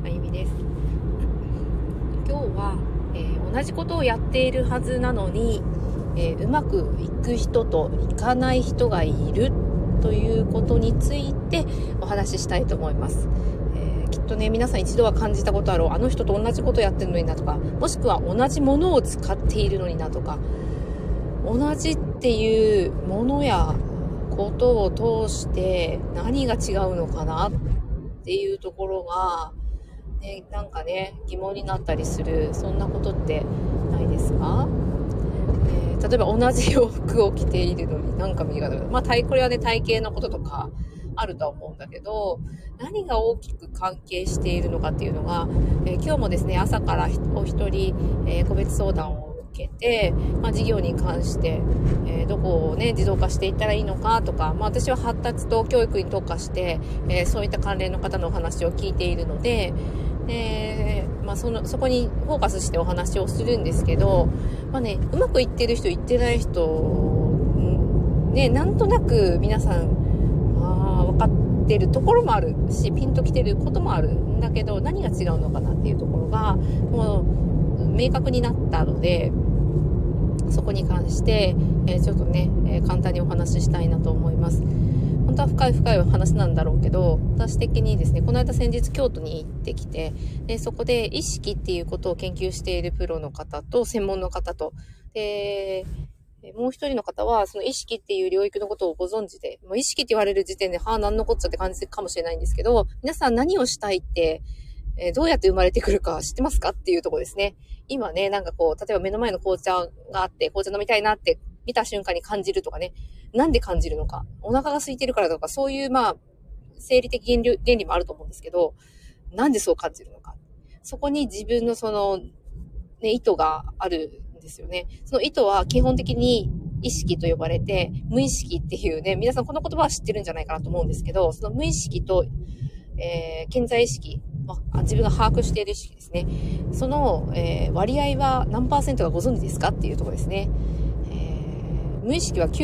あゆみです。今日は、同じことをやっているはずなのに、うまくいく人といかない人がいるということについてお話ししたいと思います。きっとね、皆さん一度は感じたことあろう、あの人と同じことやってるのになとか、もしくは同じものを使っているのになとか、同じっていうものやことを通して何が違うのかなっていうところが、ね、なんかね、疑問になったりする、そんなことってないですか？例えば同じ洋服を着ているのになんか右がこれはね、体型のこととかあるとは思うんだけど、何が大きく関係しているのかっていうのが、今日もですね、朝からお一人、個別相談を受けて、事業に関して、どこをね、自動化していったらいいのかとか、私は発達と教育に特化して、そういった関連の方のお話を聞いているので、そこにフォーカスしてお話をするんですけど、うまくいってる人、いってない人、ね、なんとなく皆さん、分かってるところもあるし、ピンときてることもあるんだけど、何が違うのかなっていうところが、もう、明確になったので、そこに関して、ちょっとね、簡単にお話ししたいなと思います。本当は深い話なんだろうけど、私的にですね、この間先日京都に行ってきて、でそこで意識っていうことを研究しているプロの方と専門の方と、もう一人の方はその意識っていう領域のことをご存知で、もう意識って言われる時点で何のこっちゃって感じかもしれないんですけど、皆さん何をしたいって、どうやって生まれてくるか知ってますかっていうところですね。今ね、例えば目の前の紅茶があって、紅茶飲みたいなって見た瞬間に感じるとかね、なんで感じるのか、お腹が空いてるからとか、そういう生理的原理もあると思うんですけど、なんでそう感じるのか。そこに自分の意図があるんですよね。その意図は基本的に意識と呼ばれて、無意識っていうね、皆さんこの言葉は知ってるんじゃないかなと思うんですけど、その無意識と、潜在意識、自分が把握している意識ですね。その、割合は何%かご存知ですかっていうところですね。無意識は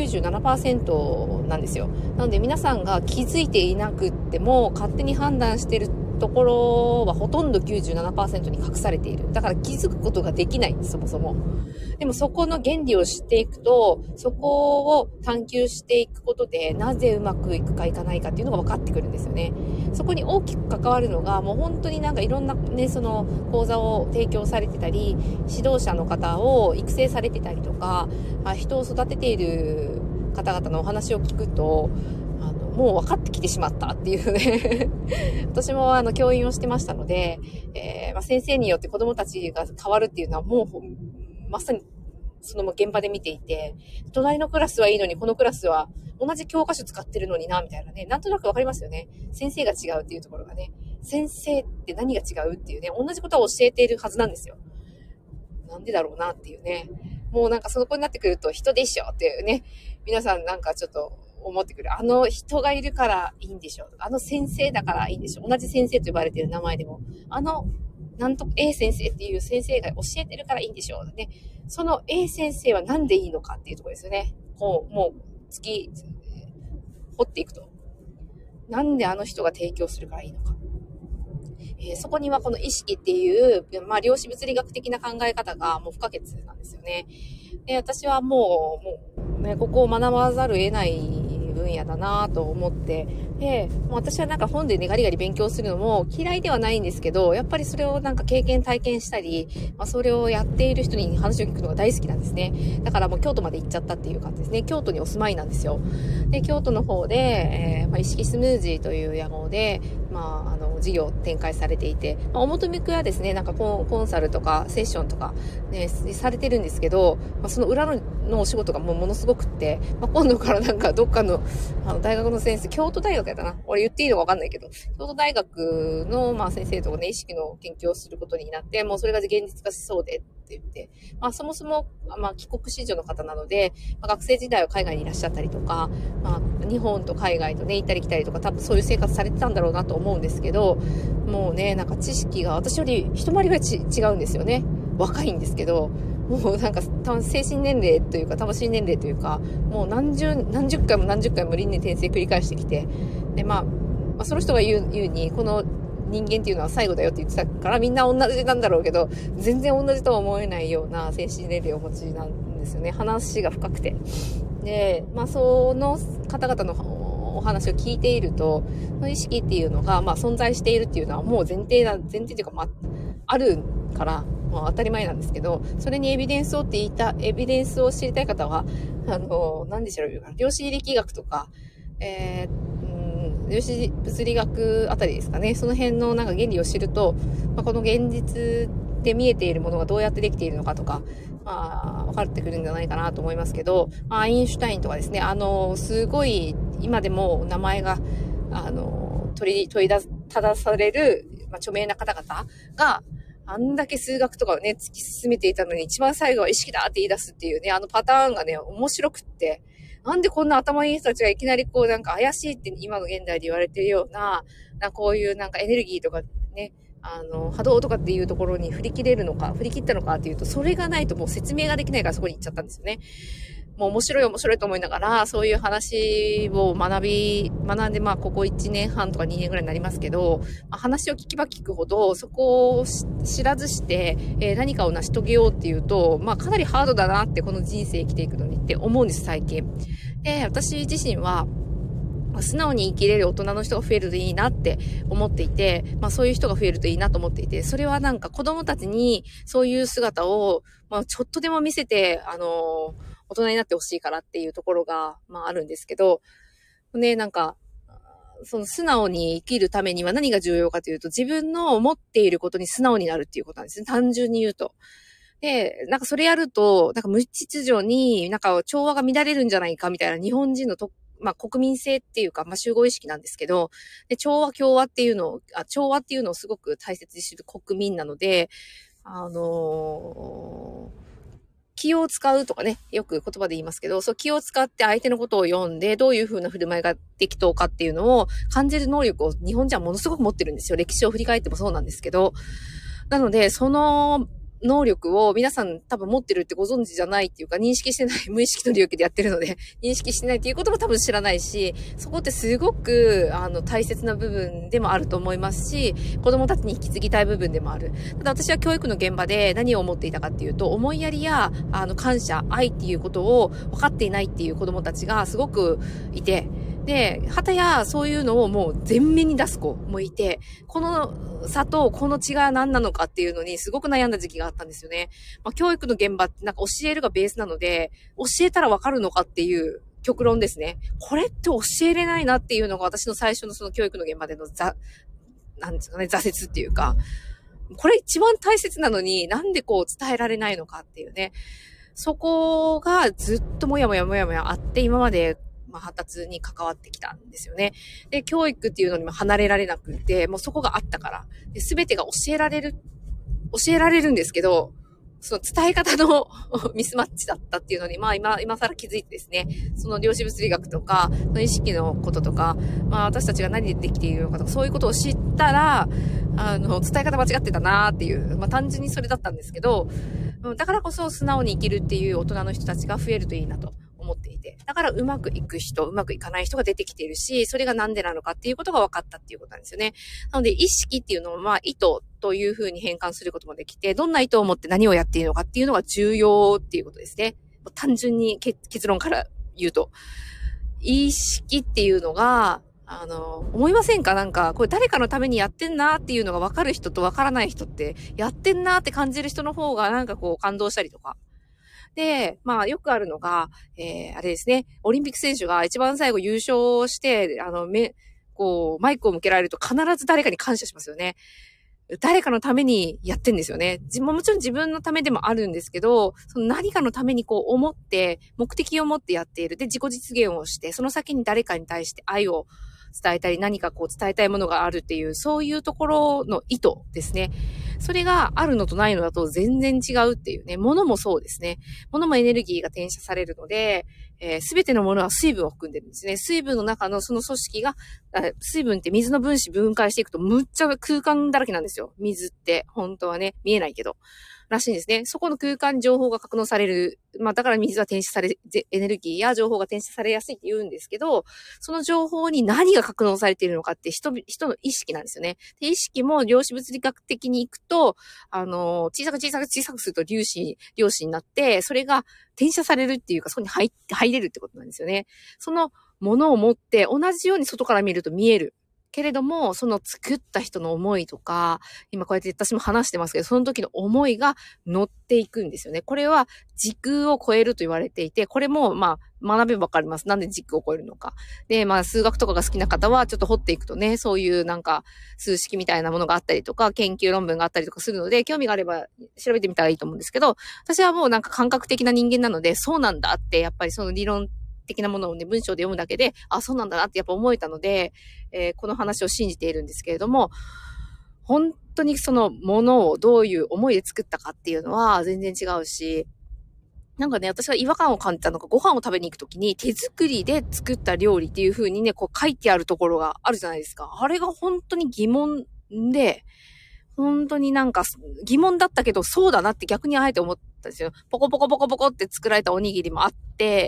97% なんですよ。なので皆さんが気づいていなくっても勝手に判断しているところはほとんど 97% に隠されている。だから気づくことができないんです、そもそも。でもそこの原理を知っていくと、そこを探求していくことで、なぜうまくいくかいかないかっていうのが分かってくるんですよね。そこに大きく関わるのが、もう本当にいろんなね、その講座を提供されてたり、指導者の方を育成されてたりとか、人を育てている方々のお話を聞くと、もう分かってきてしまったっていうね私も教員をしてましたので、先生によって子どもたちが変わるっていうのはもうまさにその現場で見ていて、隣のクラスはいいのにこのクラスは同じ教科書使ってるのになみたいなね、なんとなく分かりますよね。先生が違うっていうところがね、先生って何が違うっていうね、同じことを教えているはずなんですよ。なんでだろうなっていうね。もうそこになってくると人でしょっていうね、皆さんちょっと思ってくる。あの人がいるからいいんでしょう。あの先生だからいいんでしょう。同じ先生と呼ばれている名前でも、A 先生っていう先生が教えてるからいいんでしょうね。その A 先生はなんでいいのかっていうところですよね。もう掘っていくと。なんであの人が提供するからいいのか。そこにはこの意識っていう、量子物理学的な考え方がもう不可欠なんですよね。で、私はもうね、ここを学ばざるを得ない分野だなと思って、で、私は本でね、ガリガリ勉強するのも嫌いではないんですけど、やっぱりそれを経験体験したり、それをやっている人に話を聞くのが大好きなんですね。だからもう京都まで行っちゃったっていう感じですね。京都にお住まいなんですよ。で、京都の方で、意識スムージーという屋号で、事業を展開されていて、表向くはですね、コンサルとかセッションとかね、されてるんですけど、その裏のお仕事がものすごくって、今度からどっかの大学の先生、京都大学やったな。俺言っていいのかわかんないけど、京都大学の先生とかね、意識の研究をすることになって、もうそれが現実化しそうでって言って、そもそも帰国子女の方なので、学生時代は海外にいらっしゃったりとか、日本と海外とね、行ったり来たりとか、多分そういう生活されてたんだろうなと思うんですけど、もうね、知識が私より一回りぐらい違うんですよね。若いんですけど、もう多分精神年齢というか魂年齢というか、もう何十回も輪廻転生繰り返してきて、でその人が言うに、この人間っていうのは最後だよって言ってたからみんな同じなんだろうけど、全然同じとは思えないような精神年齢をお持ちなんですよね。話が深くて。で、その方々のお話を聞いていると、その意識っていうのが、存在しているっていうのはもう前提というか、あるから、当たり前なんですけど、それにエビデンスを知りたい方は、何でしょう、量子力学とか、量子物理学あたりですかね。その辺の原理を知ると、この現実で見えているものがどうやってできているのかとか、分かってくるんじゃないかなと思いますけど、アインシュタインとかですね、すごい、今でも名前が、問いただされる、著名な方々が、あんだけ数学とかをね、突き進めていたのに、一番最後は意識だって言い出すっていうね、パターンがね、面白くって、なんでこんな頭いい人たちがいきなり怪しいって今の現代で言われているような、こういうエネルギーとかね、波動とかっていうところに振り切ったのかっていうと、それがないともう説明ができないからそこに行っちゃったんですよね。もう面白いと思いながら、そういう話を学んで、ここ1年半とか2年ぐらいになりますけど、話を聞けば聞くほど、そこを知らずして、何かを成し遂げようっていうと、かなりハードだなって、この人生生きていくのにって思うんです、最近。で、私自身は、素直に生きれる大人の人が増えるといいなって思っていて、そういう人が増えるといいなと思っていて、それは子供たちにそういう姿を、ちょっとでも見せて、大人になってほしいからっていうところが、あるんですけど、ね、その素直に生きるためには何が重要かというと、自分の思っていることに素直になるっていうことなんですね。単純に言うと。で、それやると、無秩序に、調和が乱れるんじゃないかみたいな日本人の国民性っていうか、集合意識なんですけど、で、調和っていうのをすごく大切にする国民なので、気を使うとかね、よく言葉で言いますけど、そう気を使って相手のことを読んで、どういう風な振る舞いが適当かっていうのを感じる能力を日本人はものすごく持ってるんですよ。歴史を振り返ってもそうなんですけど。なので、その能力を皆さん多分持ってるってご存知じゃないっていうか、認識してない、無意識の領域でやってるので、認識してないっていうことも多分知らないし、そこってすごく、大切な部分でもあると思いますし、子供たちに引き継ぎたい部分でもある。ただ私は教育の現場で何を思っていたかっていうと、思いやりや、感謝、愛っていうことを分かっていないっていう子供たちがすごくいて、で、はたやそういうのをもう全面に出す子もいて、この差とこの違いは何なのかっていうのにすごく悩んだ時期があったんですよね。教育の現場って教えるがベースなので、教えたらわかるのかっていう極論ですね。これって教えれないなっていうのが私の最初のその教育の現場でのなんですかね、挫折っていうか、これ一番大切なのになんで伝えられないのかっていうね。そこがずっともやもやあって、今まで発達に関わってきたんですよね。で、教育っていうのにも離れられなくて、もうそこがあったから。で、全てが教えられるんですけど、その伝え方のミスマッチだったっていうのに、今更気づいてですね、その量子物理学とか、意識のこととか、私たちが何でできているのかとか、そういうことを知ったら、伝え方間違ってたなーっていう、単純にそれだったんですけど、だからこそ素直に生きるっていう大人の人たちが増えるといいなと思っていて。だからうまくいく人、うまくいかない人が出てきているし、それがなんでなのかっていうことが分かったっていうことなんですよね。なので意識っていうのを意図というふうに変換することもできて、どんな意図を持って何をやっているのかっていうのが重要っていうことですね。単純に結論から言うと。意識っていうのが、思いませんか？これ誰かのためにやってんなっていうのが分かる人と分からない人って、やってんなって感じる人の方が感動したりとか。で、よくあるのが、あれですね、オリンピック選手が一番最後優勝して、マイクを向けられると必ず誰かに感謝しますよね。誰かのためにやってんですよね。もちろん自分のためでもあるんですけど、その何かのために思って、目的を持ってやっている。で、自己実現をして、その先に誰かに対して愛を伝えたり、何か伝えたいものがあるっていう、そういうところの意図ですね。それがあるのとないのだと全然違うっていうね。物もそうですね。物もエネルギーが転写されるので、すべてのものは水分を含んでるんですね。水分の中のその組織が、水分って水の分子分解していくとむっちゃ空間だらけなんですよ。水って、本当はね、見えないけど。 らしいんですね。そこの空間に情報が格納される。まあだから水は転写され、エネルギーや情報が転写されやすいって言うんですけど、その情報に何が格納されているのかって人の意識なんですよね。で、意識も量子物理学的に行くと、小さくすると粒子になって、それが転写されるっていうか、そこに入れるってことなんですよね。そのものを持って同じように外から見ると見える。けれども、その作った人の思いとか、今こうやって私も話してますけど、その時の思いが乗っていくんですよね。これは時空を超えると言われていて、これもまあ学べばわかります。なんで時空を超えるのか。で、まあ数学とかが好きな方はちょっと掘っていくとね、そういうなんか数式みたいなものがあったりとか、研究論文があったりとかするので、興味があれば調べてみたらいいと思うんですけど、私はもうなんか感覚的な人間なので、そうなんだって、やっぱりその理論的なものをね、文章で読むだけで、あ、そうなんだなってやっぱ思えたので、この話を信じているんですけれども、本当にそのものをどういう思いで作ったかっていうのは全然違うし、なんかね、私が違和感を感じたのが、ご飯を食べに行くときに手作りで作った料理っていう風にね、こう書いてあるところがあるじゃないですか。あれが本当に疑問で、本当になんか疑問だったけど、そうだなって逆にあえて思ったんですよ。ポコポコポコポコって作られたおにぎりもあって、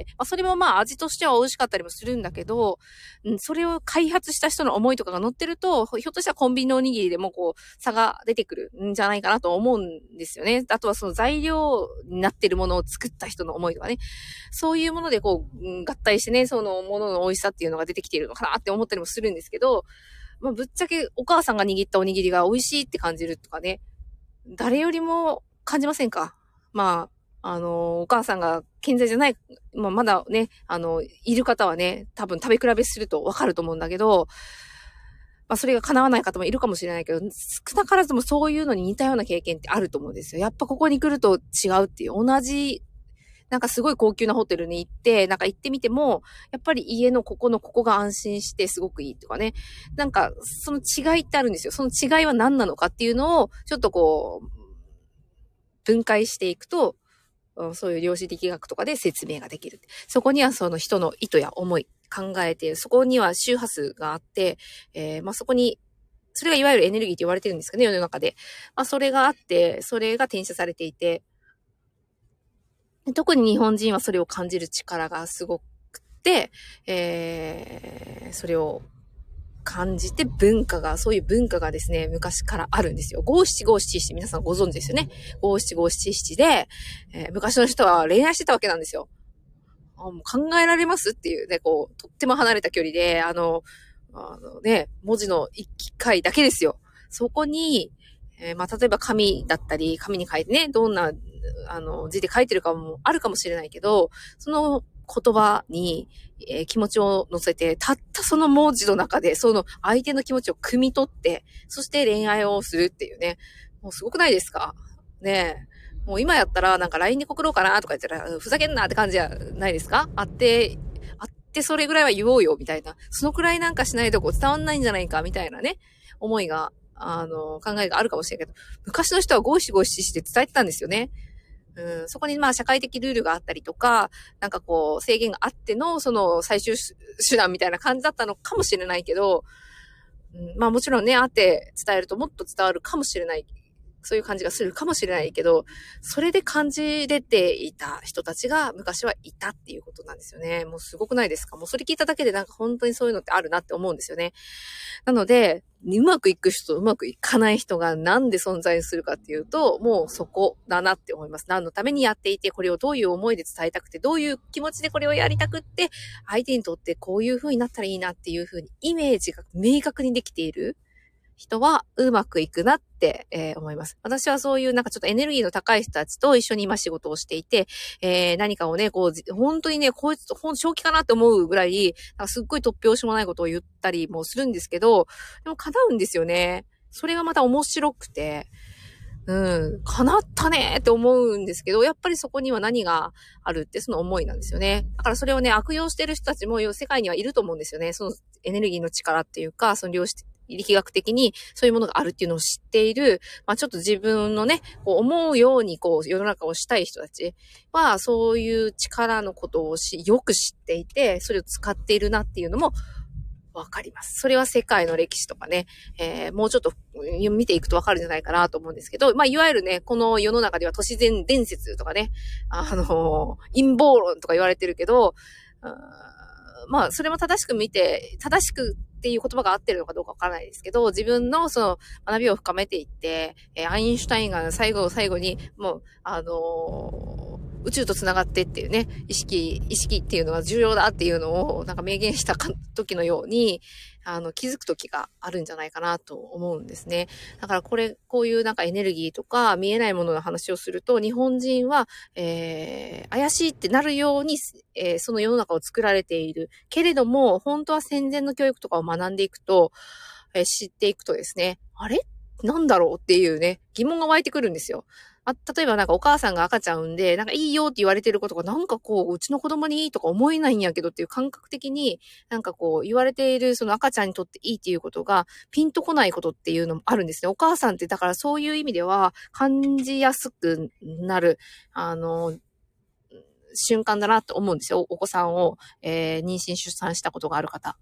まあ、それもまあ味としては美味しかったりもするんだけど、それを開発した人の思いとかが載ってると、ひょっとしたらコンビニのおにぎりでもこう差が出てくるんじゃないかなと思うんですよね。あとはその材料になってるものを作った人の思いとかね。そういうものでこう、合体してね、そのものの美味しさっていうのが出てきているのかなって思ったりもするんですけど、まあ、ぶっちゃけお母さんが握ったおにぎりが美味しいって感じるとかね、誰よりも感じませんか？まあ、お母さんが健在じゃない、まあ、まだね、いる方はね、多分食べ比べするとわかると思うんだけど、まあ、それが叶わない方もいるかもしれないけど、少なからずもそういうのに似たような経験ってあると思うんですよ。やっぱここに来ると違うっていう、同じなんかすごい高級なホテルに行って、なんか行ってみても、やっぱり家のここが安心してすごくいいとかね。なんか、その違いってあるんですよ。その違いは何なのかっていうのを、ちょっとこう、分解していくと、そういう量子力学とかで説明ができる。そこにはその人の意図や思い、考えている。そこには周波数があって、まあそこに、それがいわゆるエネルギーって言われてるんですかね、世の中で。まあそれがあって、それが転写されていて、特に日本人はそれを感じる力がすごくて、それを感じてそういう文化がですね、昔からあるんですよ。五七五七七、皆さんご存知ですよね。五七五七七で、昔の人は恋愛してたわけなんですよ。もう考えられますっていうね、こう、とっても離れた距離で、文字の一回だけですよ。そこに、まあ、例えば紙だったり、紙に書いてね、どんな字で書いてるかもあるかもしれないけど、その言葉に、気持ちを乗せて、たったその文字の中で、その相手の気持ちを汲み取って、そして恋愛をするっていうね。もうすごくないですかねえ。もう今やったら、なんか LINE で告ろうかなとか言ったら、ふざけんなって感じじゃないですか？会ってそれぐらいは言おうよ、みたいな。そのくらいなんかしないとこう伝わんないんじゃないか、みたいなね、思いが、考えがあるかもしれないけど、昔の人は五七五七七で伝えてたんですよね。そこにまあ社会的ルールがあったりとか、なんかこう制限があってのその最終手段みたいな感じだったのかもしれないけど、まあもちろんね、会って伝えるともっと伝わるかもしれない。そういう感じがするかもしれないけど、それで感じ出ていた人たちが昔はいたっていうことなんですよね。もうすごくないですか？もうそれ聞いただけでなんか本当にそういうのってあるなって思うんですよね。なので、うまくいく人とうまくいかない人がなんで存在するかっていうと、もうそこだなって思います。何のためにやっていて、これをどういう思いで伝えたくて、どういう気持ちでこれをやりたくって、相手にとってこういう風になったらいいなっていう風にイメージが明確にできている人はうまくいくなって、思います。私はそういうなんかちょっとエネルギーの高い人たちと一緒に今仕事をしていて、何かをね、こう、本当にね、こいつ、正気かなって思うぐらい、なんかすっごい突拍子もないことを言ったりもするんですけど、でも叶うんですよね。それがまた面白くて、叶ったねーって思うんですけど、やっぱりそこには何があるってその思いなんですよね。だからそれをね、悪用してる人たちも世界にはいると思うんですよね。そのエネルギーの力っていうか、その力学的にそういうものがあるっていうのを知っている、まあちょっと自分のね、こう思うようにこう世の中をしたい人たちは、そういう力のことをよく知っていて、それを使っているなっていうのもわかります。それは世界の歴史とかね、もうちょっと見ていくとわかるんじゃないかなと思うんですけど、まあ、いわゆるね、この世の中では都市伝説とかね、陰謀論とか言われてるけど、まあ、それも正しくっていう言葉が合ってるのかどうかわからないですけど、自分のその学びを深めていって、アインシュタインが最後に、もう、宇宙と繋がってっていうね、意識っていうのは重要だっていうのをなんか明言した時のように、気づく時があるんじゃないかなと思うんですね。だからこういうなんかエネルギーとか見えないものの話をすると、日本人は、怪しいってなるように、その世の中を作られている。けれども、本当は戦前の教育とかを学んでいくと、知っていくとですね、あれなんだろうっていうね、疑問が湧いてくるんですよ。例えばなんかお母さんが赤ちゃん産んで、なんかいいよって言われてることがなんかこう、うちの子供にいいとか思えないんやけどっていう感覚的に、なんかこう言われているその赤ちゃんにとっていいっていうことがピンとこないことっていうのもあるんですね。お母さんってだからそういう意味では感じやすくなる、瞬間だなと思うんですよ。お子さんを、妊娠出産したことがある方。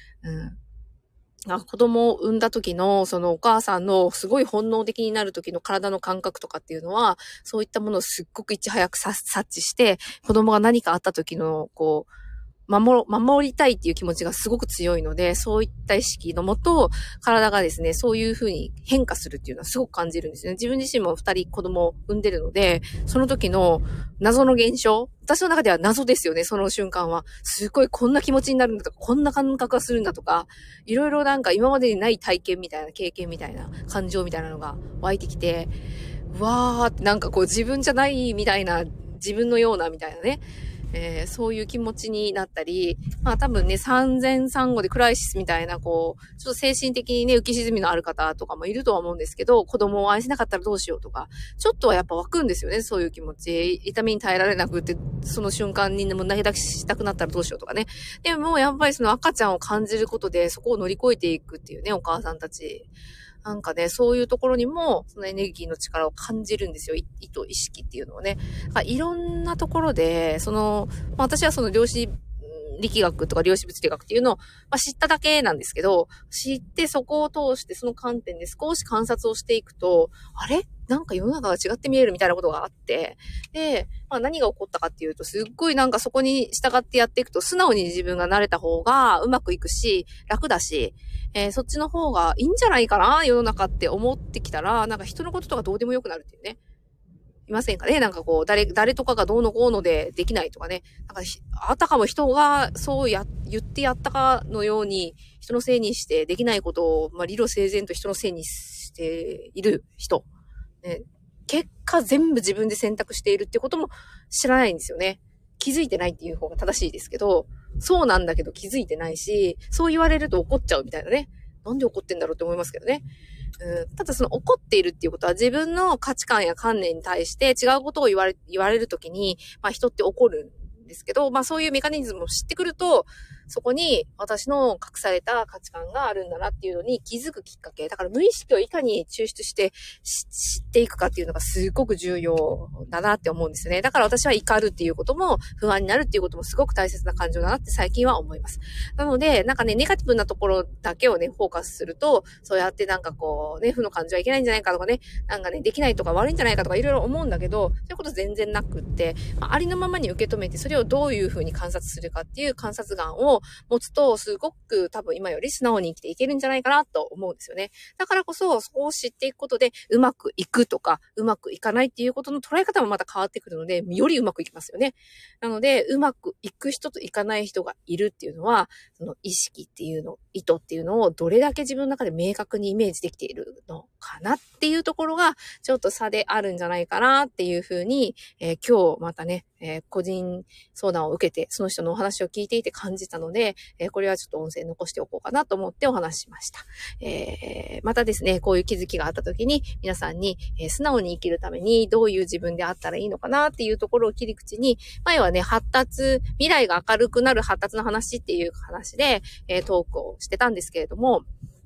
子供を産んだ時の、そのお母さんのすごい本能的になる時の体の感覚とかっていうのは、そういったものをすっごくいち早く察知して、子供が何かあった時の、こう、守りたいっていう気持ちがすごく強いので、そういった意識のもと、体がですね、そういう風に変化するっていうのはすごく感じるんですね。自分自身も2人子供を産んでるので、その時の謎の現象、私の中では謎ですよね、その瞬間は。すごいこんな気持ちになるんだとか、こんな感覚がするんだとか、いろいろなんか今までにない体験みたいな、経験みたいな、感情みたいなのが湧いてきて、わーってなんかこう自分じゃないみたいな、自分のようなみたいなね、そういう気持ちになったり、まあ多分ね、産前産後でクライシスみたいな、こう、ちょっと精神的にね、浮き沈みのある方とかもいるとは思うんですけど、子供を愛せなかったらどうしようとか、ちょっとはやっぱ湧くんですよね、そういう気持ち。痛みに耐えられなくて、その瞬間にも投げ抱きしたくなったらどうしようとかね。でもやっぱりその赤ちゃんを感じることで、そこを乗り越えていくっていうね、お母さんたち。なんかね、そういうところにも、そのエネルギーの力を感じるんですよ。意図、意識っていうのをね。いろんなところで、私はその量子力学とか量子物理学っていうのを、知っただけなんですけど、知ってそこを通してその観点で少し観察をしていくと、あれなんか世の中が違って見えるみたいなことがあって、で、何が起こったかっていうと、すっごいなんかそこに従ってやっていくと、素直に自分が慣れた方がうまくいくし、楽だし、そっちの方がいいんじゃないかな世の中って思ってきたら、なんか人のこととかどうでもよくなるっていうね。いませんかねなんかこう、誰とかがどうのこうのでできないとかね。なんかあたかも人がそう言ってやったかのように、人のせいにしてできないことを、理路整然と人のせいにしている人。ね、結果全部自分で選択しているってことも知らないんですよね。気づいてないっていう方が正しいですけど、そうなんだけど気づいてないし、そう言われると怒っちゃうみたいなね。なんで怒ってんだろうって思いますけどね。ただその怒っているっていうことは自分の価値観や観念に対して違うことを言われるときに、人って怒るんですけど、そういうメカニズムを知ってくると、そこに私の隠された価値観があるんだなっていうのに気づくきっかけ。だから無意識をいかに抽出して知っていくかっていうのがすごく重要だなって思うんですよね。だから私は怒るっていうことも不安になるっていうこともすごく大切な感情だなって最近は思います。なので、なんかね、ネガティブなところだけをね、フォーカスすると、そうやってなんかこうね、負の感情はいけないんじゃないかとかね、なんかね、できないとか悪いんじゃないかとかいろいろ思うんだけど、そういうこと全然なくって、ありのままに受け止めて、それをどういうふうに観察するかっていう観察眼を持つと、すごく多分今より素直に生きていけるんじゃないかなと思うんですよね。だからこそ、そこを知っていくことで、うまくいくとか、うまくいかないっていうことの捉え方もまた変わってくるので、よりうまくいきますよね。なので、うまくいく人といかない人がいるっていうのは、その意識っていうの、意図っていうのをどれだけ自分の中で明確にイメージできているのかなっていうところが、ちょっと差であるんじゃないかなっていうふうに、今日またね、個人相談を受けて、その人のお話を聞いていて感じたので、これはちょっと音声残しておこうかなと思ってお話ししました。またですね、こういう気づきがあった時に、皆さんに、素直に生きるためにどういう自分であったらいいのかなっていうところを切り口に、前はね、未来が明るくなる発達の話っていう話で、トークをしてたんですけれども、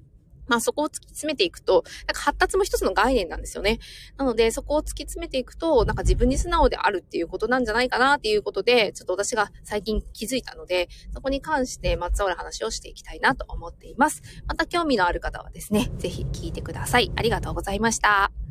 まあそこを突き詰めていくと、なんか発達も一つの概念なんですよね。なのでそこを突き詰めていくと、なんか自分に素直であるっていうことなんじゃないかなっていうことで、ちょっと私が最近気づいたので、そこに関してまつわる話をしていきたいなと思っています。また興味のある方はですね、ぜひ聞いてください。ありがとうございました。